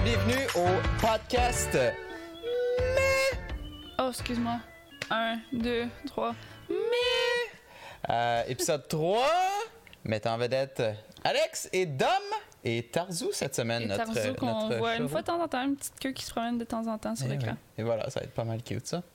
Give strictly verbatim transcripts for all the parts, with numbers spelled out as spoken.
bienvenue au podcast Mais... Oh, excuse-moi. Un, deux, trois. Mais... Euh, épisode trois, mettant en vedette Alex et Dom et Tarzou cette semaine. Et notre, Tarzou qu'on notre voit chevreau. une fois de temps en temps, une petite queue qui se promène de temps en temps sur Et, l'écran. oui. Et voilà, ça va être pas mal cute ça.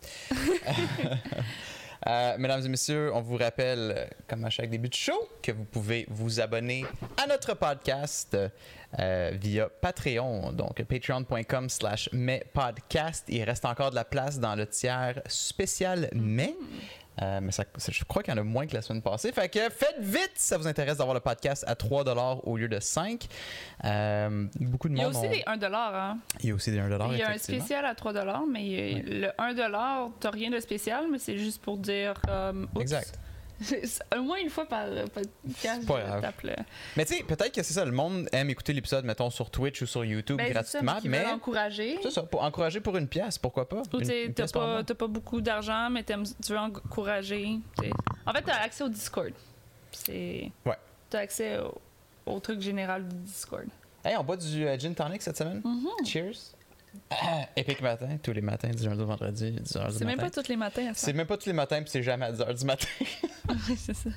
Euh, mesdames et messieurs, on vous rappelle, comme à chaque début de show, que vous pouvez vous abonner à notre podcast euh, via Patreon, donc patreon.com slash mespodcast. Il reste encore de la place dans le tiers spécial mai. Euh, mais ça, ça, je crois qu'il y en a moins que la semaine passée. Fait que faites vite si ça vous intéresse d'avoir le podcast à trois dollars au lieu de cinq. Euh, beaucoup de Il y a monde aussi ont... des un dollar. Hein? Il y a aussi des un dollar. Il y a un effectivement. spécial à trois dollars, mais Oui. le un dollar, t'as rien de spécial, mais c'est juste pour dire. Um, oups. Exact. Au moins une fois par podcast, pas je grave. tape le... Mais tu sais, peut-être que c'est ça, le monde aime écouter l'épisode, mettons, sur Twitch ou sur YouTube Ben, gratuitement, c'est ça, mais... mais encourager. C'est ça, pour encourager pour une pièce, pourquoi pas? Ou Une- t'sais, une t'as pièce par pas, mois. t'as pas beaucoup d'argent, mais t'aimes- tu veux encourager. t'sais. En fait, t'as accès au Discord. C'est... Ouais. T'as accès au, au truc général du Discord. Hey, on boit du euh, gin tonic cette semaine? Mm-hmm. Cheers! Ah, Epic matin, tous les matins, du lundi au vendredi, dix heures du C'est matin. même pas tous les matins à ça. C'est même pas tous les matins, puis c'est jamais à dix heures du matin. Oui, c'est ça.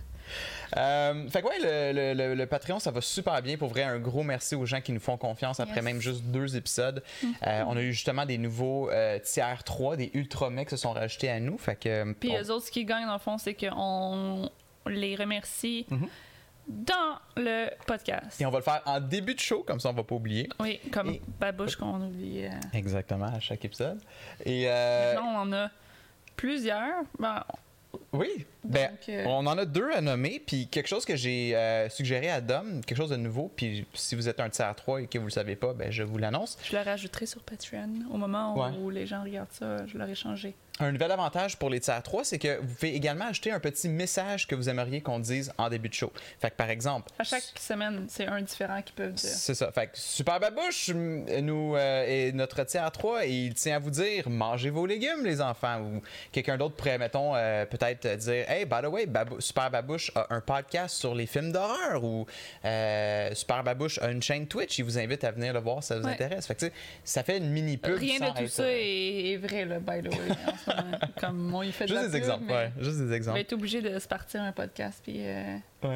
Euh, fait que ouais, le, le, le, le Patreon, ça va super bien. Pour vrai, un gros merci aux gens qui nous font confiance après Yes. même juste deux épisodes. Euh, on a eu justement des nouveaux euh, tiers trois, des ultra mecs qui se sont rajoutés à nous. Fait que, Puis on- eux autres, ce qu'ils gagnent, dans le fond, c'est qu'on les remercie Mhm. dans le podcast. Et on va le faire en début de show, comme ça on va pas oublier. Oui, comme Et- Babouche qu'on oublie. euh. Exactement, à chaque épisode. Et euh, Là, on en a plusieurs. Ben, oui, ben, donc, euh, on en a deux à nommer, puis quelque chose que j'ai euh, suggéré à Dom, quelque chose de nouveau, puis si vous êtes un tiers trois et que vous le savez pas, ben je vous l'annonce. je le rajouterai sur Patreon. Au moment où, Ouais. où les gens regardent ça, je l'aurai changé. Un nouvel avantage pour les tiers trois, c'est que vous pouvez également ajouter un petit message que vous aimeriez qu'on dise en début de show. Fait que par exemple, À chaque semaine, c'est un différent qui peuvent dire. c'est ça. Fait que Super Babouche m- nous euh, est notre tiers trois et il tient à vous dire mangez vos légumes, les enfants. Ou quelqu'un d'autre pourrait, mettons, euh, peut-être dire hey, by the way, Babou- Super Babouche a un podcast sur les films d'horreur ou euh, Super Babouche a une chaîne Twitch. Il vous invite à venir le voir si ça vous Ouais. intéresse. Fait que tu sais, ça fait une mini pub. Rien sans de tout être, ça euh, est, est vrai, là, by the way, en ce moment. Comme on y fait de Juste la des pub, exemples, mais ouais. Juste des on exemples. va être obligé de se partir un podcast puis euh, Ouais.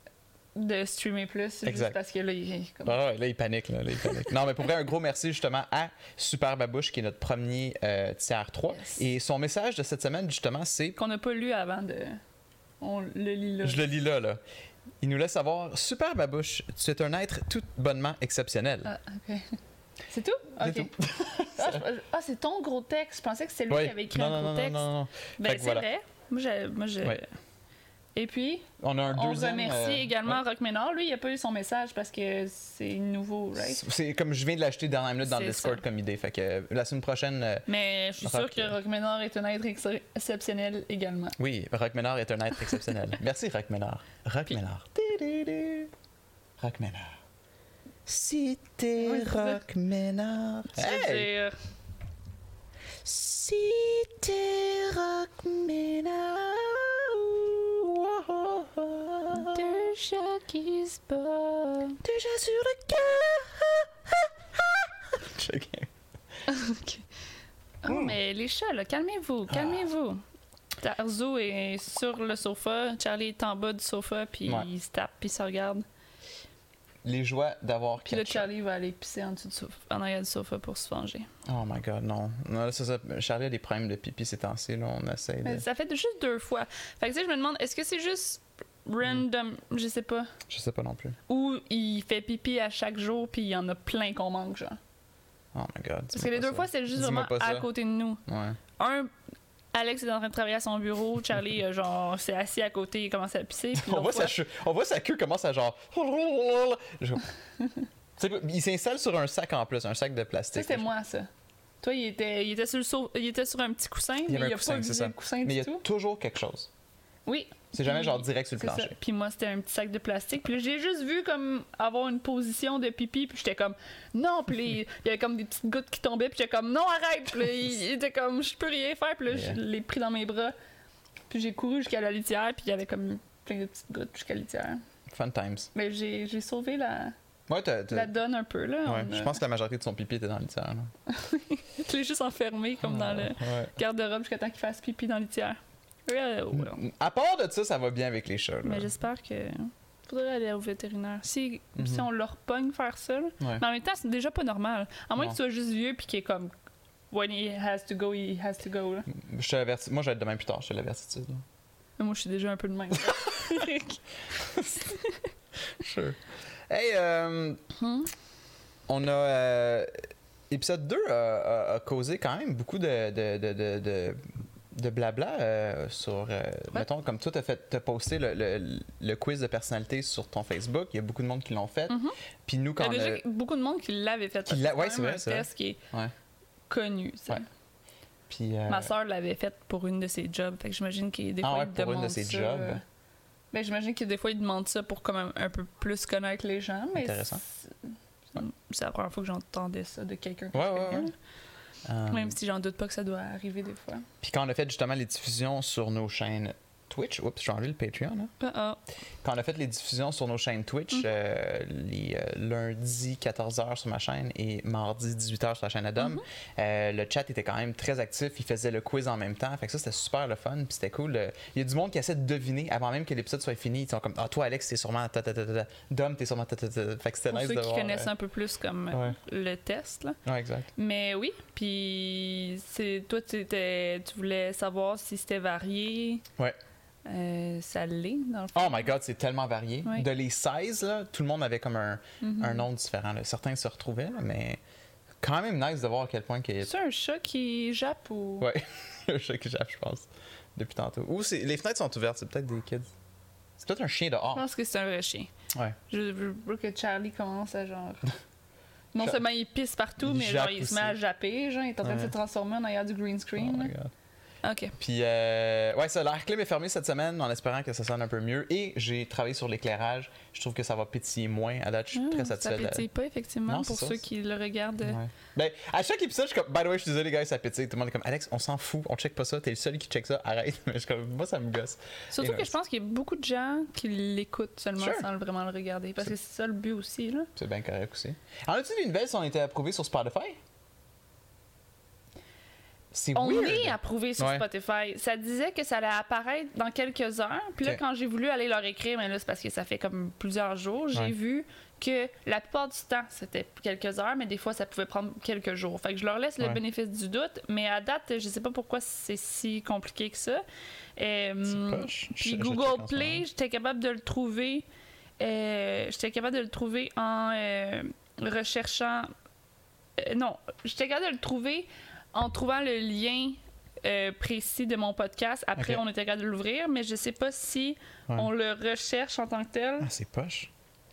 de streamer plus. Exact. Juste parce que là, il est comme... Ah ouais, là, il panique. Là, là, il panique. Non, mais pour vrai, un gros merci justement à Super Babouche, qui est notre premier euh, tiers trois. Yes. Et son message de cette semaine, justement, c'est... qu'on n'a pas lu avant de... On le lit là. Je le lis là, là. Il nous laisse savoir, Super Babouche, tu es un être tout bonnement exceptionnel. Ah, ok. C'est tout? C'est Ok. ah, je- ah, c'est ton gros texte. Je pensais que c'était lui Oui. qui avait écrit non, un non, gros non, texte. non, non, non. Ben, Fait que c'est voilà. vrai. Moi, j'ai... Moi, j'ai... Ouais. Et puis, On a un on deuxième... remercie euh, également ouais. Rock Ménard. Lui, il n'a pas eu son message parce que c'est nouveau, right? C'est c'est comme je viens de l'acheter dernière minute dans le C'est Discord ça. comme idée. Fait que euh, la semaine prochaine... euh, Mais je suis Rock- sûre que Rock Ménard est un être ex- exceptionnel également. Oui, Rock Ménard est un être exceptionnel. Merci, Rock Ménard. Rock Puis- Ménard. Ti-di-di. Rock Ménard. Si t'es Oui, c'est ça. Rock Ménard. Je veux Hey! dire, Si t'es Rock Ménard. deux chats qui se battent. Déjà sur le cœur. Ok. Oh, mais les chats, là, calmez-vous, calmez-vous. Tarzou est sur le sofa, Charlie est en bas du sofa, puis Ouais. il se tape, puis il se regarde. Les joies d'avoir Puis là, quatre chats. Charlie va aller pisser en dessous du sofa, en arrière du sofa pour se venger. Oh my god, non. Non, là, c'est ça. Charlie a des problèmes de pipi ces temps-ci, là. On essaie de. Mais ça fait juste deux fois. Fait que tu sais, je me demande, est-ce que c'est juste random, je sais pas, Je sais pas non plus. ou il fait pipi à chaque jour, puis il y en a plein qu'on manque, genre. Oh my god. Parce que les deux fois, c'est juste Dis-moi vraiment pas à ça. côté de nous. Ouais. Un, Alex est en train de travailler à son bureau, Charlie, euh, genre, s'est assis à côté, il commence à pisser. Puis On l'autre voit, fois- sa che- on voit sa queue commence à genre. Je- C'est quoi? Il s'installe sur un sac en plus, un sac de Ça, plastique. c'était moi, ça. Toi, il était, il était, sur, le so- il était sur un petit coussin, Il y mais avait il un a coussin, pas c'est visé ça. le coussin Mais il y du a tout. toujours quelque chose. Oui. C'est jamais Puis- genre direct sur le c'est plancher. ça. Puis moi, c'était un petit sac de plastique. Puis là, j'ai juste vu comme avoir une position de pipi. Puis j'étais comme non. Puis là, il y avait comme des petites gouttes qui tombaient. Puis j'étais comme non, arrête. Puis là, il, il était comme je peux rien faire. Puis là, Yeah. je l'ai pris dans mes bras. Puis j'ai couru jusqu'à la litière. Puis il y avait comme plein de petites gouttes jusqu'à la litière. Fun times. Mais j'ai j'ai sauvé la, Ouais, t'as, t'as... la donne un peu, là. Ouais, On je a- pense que la majorité de son pipi était dans le litière. Là. Tu l'es juste enfermé, comme dans le Ouais. garde-robe, jusqu'à temps qu'il fasse pipi dans le litière. Ouais, ouais. À part de ça, ça va bien avec les chats. Là. Mais j'espère que... Faudrait aller au vétérinaire. Si, Mhm. si on leur pogne faire ça, là. Ouais. Mais en même temps, c'est déjà pas normal. À moins Non. que tu sois juste vieux puis qu'il est comme... When he has to go, he has to go, là. Je te l'avertis. Moi, je vais être demain plus tard, je te l'avertis. là. Mais moi, je suis déjà un peu de même. Sure. Hey, euh, Hmm? on a. Euh, épisode deux a, a- a causé quand même beaucoup de, de, de, de, de, de blabla euh, sur. Euh, Mettons, comme toi, t'as fait, t'as posté le, le, le quiz de personnalité sur ton Facebook. Il y a beaucoup de monde qui l'ont fait. Mhm. Puis nous, Il y quand a on déjà a. beaucoup de monde qui l'avait fait. Qui l'a- C'est ouais, quand c'est même vrai, un c'est vrai. test qui est Ouais. connu. ça. Ouais. Puis, euh, Ma soeur l'avait fait pour une de ses jobs. Fait que j'imagine que des Ah fois, ouais, il pour une de demande ses ça, jobs. euh, Ben, j'imagine que des fois, ils demandent ça pour comme un, un peu plus connaître les gens. Mais Intéressant. c'est- C'est la première fois que j'entendais ça de quelqu'un que Ouais, je ouais, connais. ouais. euh, Même si j'en doute pas que ça doit arriver des fois. Puis quand on a fait justement les diffusions sur nos chaînes Twitch, oups, j'ai enlevé le Patreon, là. Ah, ah. Quand on a fait les diffusions sur nos chaînes Twitch, Mm. euh, les euh, lundis quatorze heures sur ma chaîne et mardi dix-huit heures sur la chaîne Adam, Mhm. euh, le chat était quand même très actif. Il faisait le quiz en même temps. Fait que ça, c'était super le fun. Puis c'était cool. Euh, Il y a du monde qui essaie de deviner avant même que l'épisode soit fini. Ils sont comme, ah, toi, Alex, t'es sûrement ta ta ta ta ta. Dom, t'es sûrement ta ta ta. Fait que c'était Pour nice ceux de qui voir. connaissent euh, un peu plus comme Ouais. le test. Là. Ouais, exact. Mais oui, puis c'est toi, tu étais- tu voulais savoir si c'était varié. Ouais. Euh, ça l'est, dans le fond. Oh my god, c'est tellement varié. Ouais. De les seize, là, tout le monde avait comme un, Mhm. un nom différent. Là. Certains se retrouvaient, là, mais quand même nice de voir à quel point qu'il y a C'est un chat qui jappe ou. Ouais, un chat qui jappe, je pense, depuis tantôt. Ou c'est... les fenêtres sont ouvertes, c'est peut-être des kids. C'est peut-être un chien Je dehors. pense que c'est un vrai chien. Ouais. Je veux veux que Charlie commence à genre. Non Cha- seulement il pisse partout, Il mais genre jappe il se met à aussi. japper, genre il est en train de Ouais. se transformer en arrière du green Oh screen. my là. God. Ok. Puis, euh, ouais, ça, l'air clim est fermé cette semaine en espérant que ça sonne un peu mieux. Et j'ai travaillé sur l'éclairage. Je trouve que ça va pétiller moins. À date, je suis Ah, très ça satisfait. de- pétille pas, effectivement, Non, pour c'est ça, ceux c'est- qui le regardent. Ouais. Ben, à chaque épisode, je suis comme, by the way, je suis désolé, gars, ça pétille. Tout le monde est comme, Alex, on s'en fout, on check pas ça, t'es le seul qui check ça, arrête. Mais je suis comme, moi, ça me gosse. Surtout Et que nice. je pense qu'il y a beaucoup de gens qui l'écoutent seulement Sure. sans vraiment le regarder. Parce que c'est ça le but aussi, là. C'est bien correct aussi. En as-tu des nouvelles si on était approuvés sur Spotify? C'est On weird. est approuvé sur Ouais. Spotify. Ça disait que ça allait apparaître dans quelques heures. Puis là, Ok. quand j'ai voulu aller leur écrire, mais là, c'est parce que ça fait comme plusieurs jours, j'ai Ouais. vu que la plupart du temps, c'était quelques heures, mais des fois, ça pouvait prendre quelques jours. Fait que je leur laisse le Ouais. bénéfice du doute, mais à date, je sais pas pourquoi c'est si compliqué que ça. Euh, C'est poche. Je- puis je check Google en ce Play, moment. j'étais capable de le trouver. euh, j'étais capable de le trouver en euh, recherchant. euh, non, j'étais capable de le trouver en trouvant le lien euh, précis de mon podcast. Après, Ok. on était capable de l'ouvrir, mais je sais pas si Ouais. on le recherche en tant que tel. Ah, c'est poche.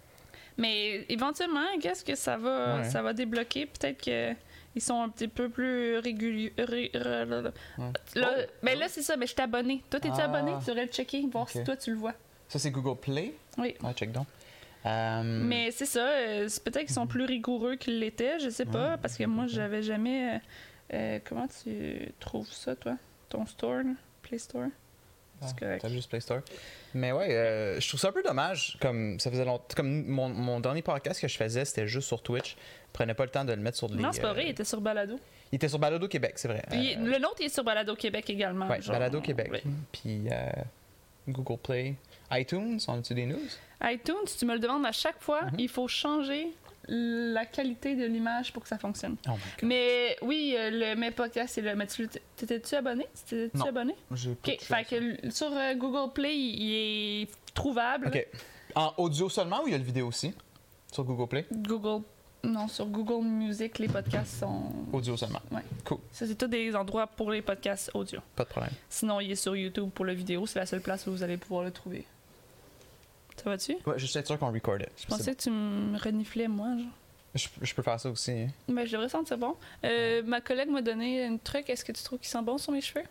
Mais éventuellement, qu'est-ce que ça va, Ouais. ça va débloquer? Peut-être que ils sont un petit peu plus réguliers. ré- ré- là, là. Ouais. Là, Oh, ben oh. là, c'est ça. Mais je suis abonné. Toi, t'es-tu Ah. abonné? Tu devrais le checker, voir Ok. si toi, tu le vois. Ça, c'est Google Play. Oui. Ouais, check donc. Euh, Mais c'est ça. euh, c'est peut-être qu'ils sont plus rigoureux qu'ils l'étaient. Je sais pas. Ouais, Parce que moi, j'avais jamais... euh, euh, comment tu trouves ça, toi? Ton store, là? Play Store? Ah, C'est correct. t'as juste Play Store. Mais ouais, euh, je trouve ça un peu dommage. Comme ça faisait longtemps. Comme mon, mon dernier podcast que je faisais, c'était juste sur Twitch. Je prenais pas le temps de le mettre sur les. Non, c'est pas vrai. euh, Il était sur Balado. Il était sur Balado Québec, c'est vrai. Il- Euh, Le nôtre, il est sur Balado Québec également. ouais, genre, Balado Québec. ouais. Puis euh, Google Play. iTunes, on a-tu des news? iTunes, tu me le demandes à chaque fois, Mhm. il faut changer la qualité de l'image pour que ça fonctionne. Oh my god. Mais oui, euh, le mes podcast, c'est le. Mais tu t'étais-tu abonné? T'étais-tu Non. abonné? J'ai pas Ok, touché à fait que l- sur euh, Google Play, il est trouvable. ça. Ok. En audio seulement ou il y a le vidéo aussi? Sur Google Play? Google. Non, sur Google Music, les podcasts sont. Audio seulement. Ouais. Cool. Ça, c'est tous des endroits pour les podcasts audio. Pas de problème. Sinon, il est sur YouTube pour la vidéo. C'est la seule place où vous allez pouvoir le trouver. Ça va-tu? Ouais, je suis sûr qu'on recordait. Je pensais que tu me reniflais, moi, genre. Je, je peux faire ça aussi. Hein. Ben, je devrais sentir bon. Euh, ma collègue m'a donné un truc. Est-ce que tu trouves qu'il sent bon sur mes cheveux?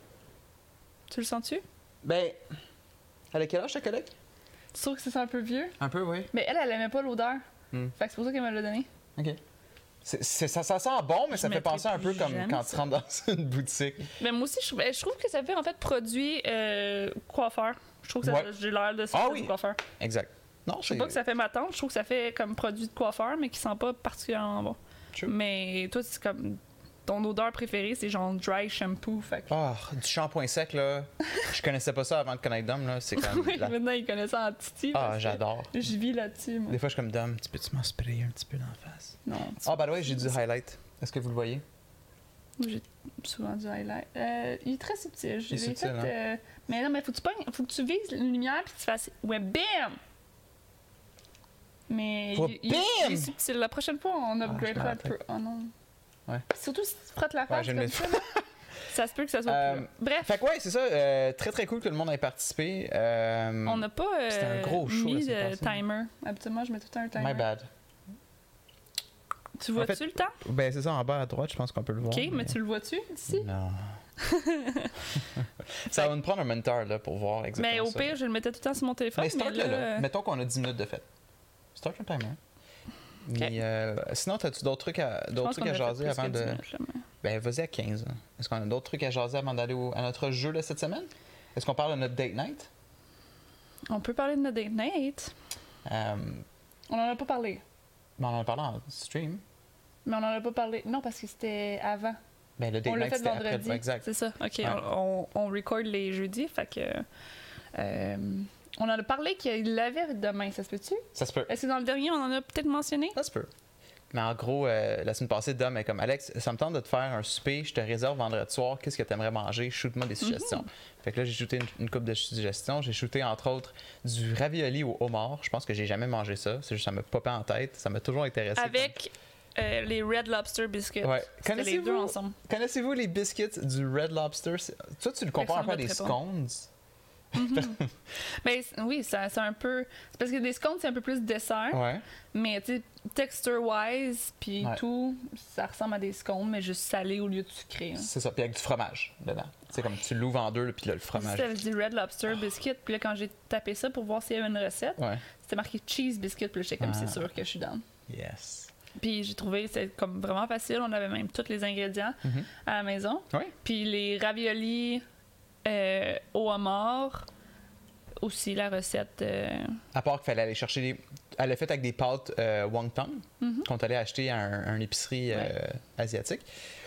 Tu le sens-tu? Ben, elle a quel âge ta collègue? Tu trouves que ça sent un peu vieux? Un peu, oui. Mais elle, elle aimait pas l'odeur. Hmm. Fait que c'est pour ça qu'elle me l'a donné. Ok. C'est, c'est- ça, ça sent bon, mais Je ça fait mettrai penser un peu plus comme jamais quand ça. tu rentres dans une boutique. Mais moi aussi, je, trouve- je trouve que ça fait en fait produit euh, coiffeur. Je trouve que ça- Ouais. j'ai l'air de ça Ah du oui. coiffeur. Exact. Non, Je trouve pas que ça fait ma tante, je trouve que ça fait comme produit de coiffeur, mais qui sent pas particulièrement bon. True. Mais toi, c'est comme. Ton odeur préférée, c'est genre dry shampoo. Fait que... Oh, du shampoing sec, là. Je connaissais pas ça avant de connaître Dom, là. C'est comme. Oui, la... maintenant, il connaît ça en titi. Ah, j'adore. Je vis là-dessus, moi. Des fois, je suis comme Dom, tu peux-tu m'en sprayer un petit peu dans la face? Non. Ah, oh, by the way, j'ai du highlight. Est-ce que vous le voyez? J'ai souvent du highlight. Euh, il est très subtil. Je Il est l'ai subtil, fait. hein? Euh... Mais non, mais faut que tu pognes, faut que tu vises une lumière puis tu fasses. Ouais, bam! Mais Faut il, il- bam! il est subtil. La prochaine fois, on Ah, je upgradera me un peu. Oh non. Ouais. Surtout si tu frottes la Ouais, face je comme me- ça, là, ça se peut que ça soit Euh, plus là. Bref, Fait que ouais, c'est ça. euh, très très cool que le monde ait participé. Euh, on n'a pas euh, c'était un gros show, mis la de semaine passée. timer. Habituellement, je mets tout le temps un timer. My bad. Tu vois-tu En fait, le temps? Ben c'est ça, en bas à droite, je pense qu'on peut le voir. Ok, mais tu le vois-tu ici? Non. Ça va nous prendre un mentor là, pour voir exactement Mais au ça. pire, je le mettais tout le temps sur mon téléphone. Mais start là, là, là. euh, Mettons qu'on a dix minutes de fête. Start un timer. Ok. Mais euh, sinon, as-tu d'autres trucs à, je d'autres pense trucs qu'on à a fait jaser plus avant que de. dix minutes, là, mais- Ben vas-y à quinze. hein. Est-ce qu'on a d'autres trucs à jaser avant d'aller au- à notre jeu de cette semaine? Est-ce qu'on parle de notre date night? On peut parler de notre date night. Euh, On en a pas parlé. ben, on en a parlé en stream. Mais on en a pas parlé. Non, parce que c'était avant. Ben, le date On l'a night, fait c'était après vendredi. le exact. C'est ça. OK. Ouais. On, on, on record les jeudis. Fait que. euh, on en a parlé qu'il l'avait demain. Ça se peut-tu? Ça se peut. Est-ce que dans le dernier, on en a peut-être mentionné? Ça se peut. Mais en gros, euh, la semaine passée, Dom est comme Alex, ça me tente de te faire un souper, je te réserve vendredi soir, qu'est-ce que tu aimerais manger? Shoot-moi des suggestions. Mm-hmm. Fait que là, j'ai shooté une, une couple de suggestions. J'ai shooté entre autres du ravioli au homard. Je pense que j'ai jamais mangé ça. C'est juste ça m'a popé en tête. Ça m'a toujours intéressé. Avec euh, les Red Lobster biscuits. Ouais. C'était les Connaissez-vous- deux ensemble. Connaissez-vous les biscuits du Red Lobster? C'est- Toi, tu le compares un peu à des semblerait pas. scones. Mais c- oui, ça- c'est un peu. C'est parce que des scones, c'est un peu plus dessert. Ouais. Mais tu sais, texture-wise, puis Ouais. tout, ça ressemble à des scones, mais juste salé au lieu de sucré. hein. C'est ça. Puis avec du fromage dedans. C'est comme tu l'ouvres en deux, là, puis là, le fromage. C'était du Red Lobster biscuit. Puis là, quand j'ai tapé ça pour voir s'il y avait une recette, Ouais. c'était marqué cheese biscuit. Puis là, j'étais comme, Ah. c'est sûr que je suis down. Yes. Puis j'ai trouvé c'est comme vraiment facile. On avait même tous les ingrédients Mhm. à la maison. Ouais. Puis les raviolis euh, au homard, aussi la recette. euh, À part qu'il fallait aller chercher des. Elle l'a fait avec des pâtes euh, wonton Mhm. qu'on allait acheter à un, un épicerie euh, asiatique.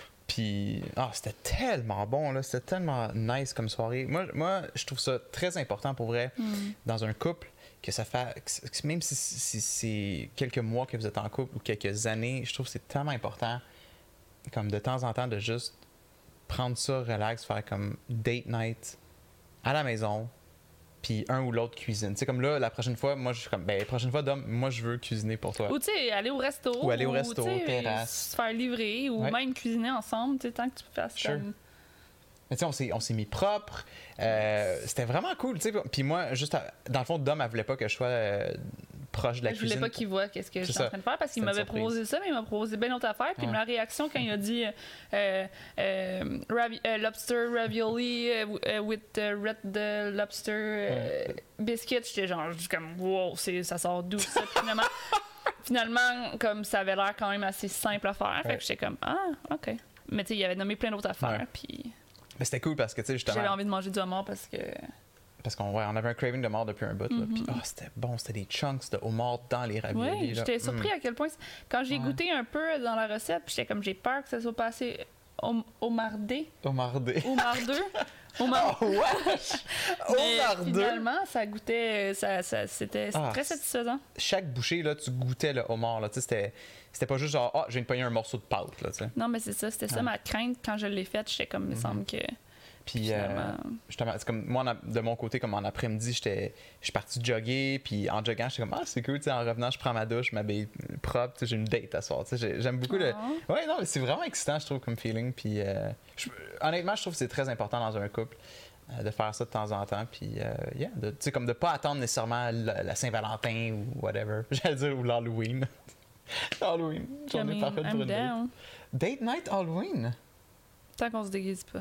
Puis, ah, c'était tellement bon, là. C'était tellement nice comme soirée. Moi, moi, je trouve ça très important pour vrai Mhm. dans un couple que ça fait. que- que même si, si c'est quelques mois que vous êtes en couple ou quelques années, je trouve que c'est tellement important, comme de temps en temps, de juste prendre ça relax, faire comme date night à la maison, puis un ou l'autre cuisine. Tu sais, comme là, la prochaine fois, moi, je suis comme, ben, la prochaine fois, Dom, moi, je veux cuisiner pour toi. Ou tu sais, aller au resto. Ou aller au resto, tu sais, terrasse. Se faire livrer ou Ouais. même cuisiner ensemble, tu sais, tant que tu fasses Sure. comme. Mais tu sais, on s'est, on s'est mis propre. Euh, c'était vraiment cool, tu sais. Puis moi, juste, à- dans le fond, Dom, elle voulait pas que je sois euh, proche de la Je voulais cuisine. pas qu'il voit qu'est-ce que je C'est suis en ça. train de faire parce qu'il C'était une m'avait surprise. proposé ça, mais il m'a proposé bien d'autres affaires. Puis Ouais. ma réaction quand il a dit euh, euh, ravi- euh, lobster ravioli euh, w- euh, with euh, red euh, lobster euh, biscuit, j'étais genre juste comme wow, c'est, ça sort d'où ça? Puis finalement, finalement, comme ça avait l'air quand même assez simple à faire, fait Ouais. que j'étais comme ah, ok. Mais tu sais, il avait nommé plein d'autres affaires, Ouais. puis Mais c'était cool parce que, tu sais, justement. j'avais envie de manger du homard parce que. Parce qu'on ouais, on avait un craving de mort depuis un bout. Là. Mhm. Puis, ah, c'était bon. C'était des chunks de homard dans les raviolis. Oui, là. j'étais surpris Mm. à quel point. c'est- Quand j'ai Ouais. goûté un peu dans la recette, puis j'étais comme j'ai peur que ça soit passé au, au mardé. Homardé. Au mardeux. Au mar... Oh, wesh! Mais Homardeux! finalement, ça goûtait. Ça, ça, c'était Ah, très satisfaisant. Chaque bouchée, là, tu goûtais le homard. Là. Tu sais, C'était, c'était pas juste genre, ah, je viens de pogner un morceau de pâte. Là, tu sais. Non, mais c'est ça. C'était ça Ouais. ma crainte quand je l'ai faite. J'étais comme, il me Mhm. semble que. Puis, euh, Finalement. justement, c'est comme moi, en a- de mon côté, comme en après-midi, j'étais, je suis parti jogger. Puis en joggant, j'étais comme, ah, c'est cool. Tu sais, en revenant, je prends ma douche, je m'habille propre. Tu sais, j'ai une date à soir. Tu sais, j'ai- j'aime beaucoup le. Ah. Ouais, non, mais c'est vraiment excitant, je trouve, comme feeling. Puis, euh, je- honnêtement, je trouve que c'est très important dans un couple euh, de faire ça de temps en temps. Puis, euh, yeah, de, tu sais, comme de pas attendre nécessairement la, la Saint-Valentin ou whatever. J'allais dire, ou l'Halloween. Halloween. I Journée mean, parfaite pour I'm une date. down. Date night Halloween? Tant qu'on se déguise pas.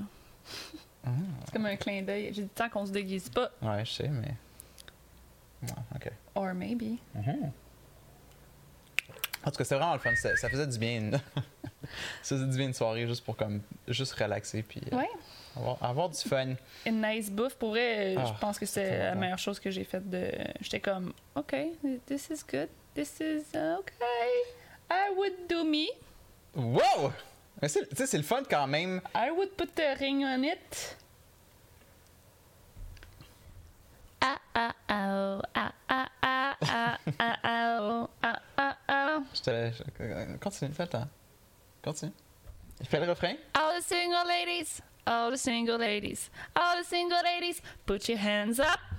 Ah. C'est comme un clin d'œil. J'ai dit tant qu'on se déguise pas. Ouais, je sais, mais. Ouais, ok. Or maybe. Mhm. En tout cas, c'était vraiment le fun. Ça, ça faisait du bien. Une, Ça, c'est une soirée juste pour comme juste relaxer puis euh, Ouais. avoir, avoir du fun. Une nice bouffe. Pour vrai, euh, Ah, je pense que ça c'est fait la longtemps. meilleure chose que j'ai faite de. J'étais comme, OK, this is good. This is uh, OK. I would do me. Wow! Mais c'est, tu sais, c'est le fun quand même. I would put a ring on it. Ah ah ah ah ah ah ah ah ah ah ah ah. Je te, je- continue, fais le temps. Continue. Fais le refrain. All the single ladies, all the single ladies, all the single ladies, put your hands up.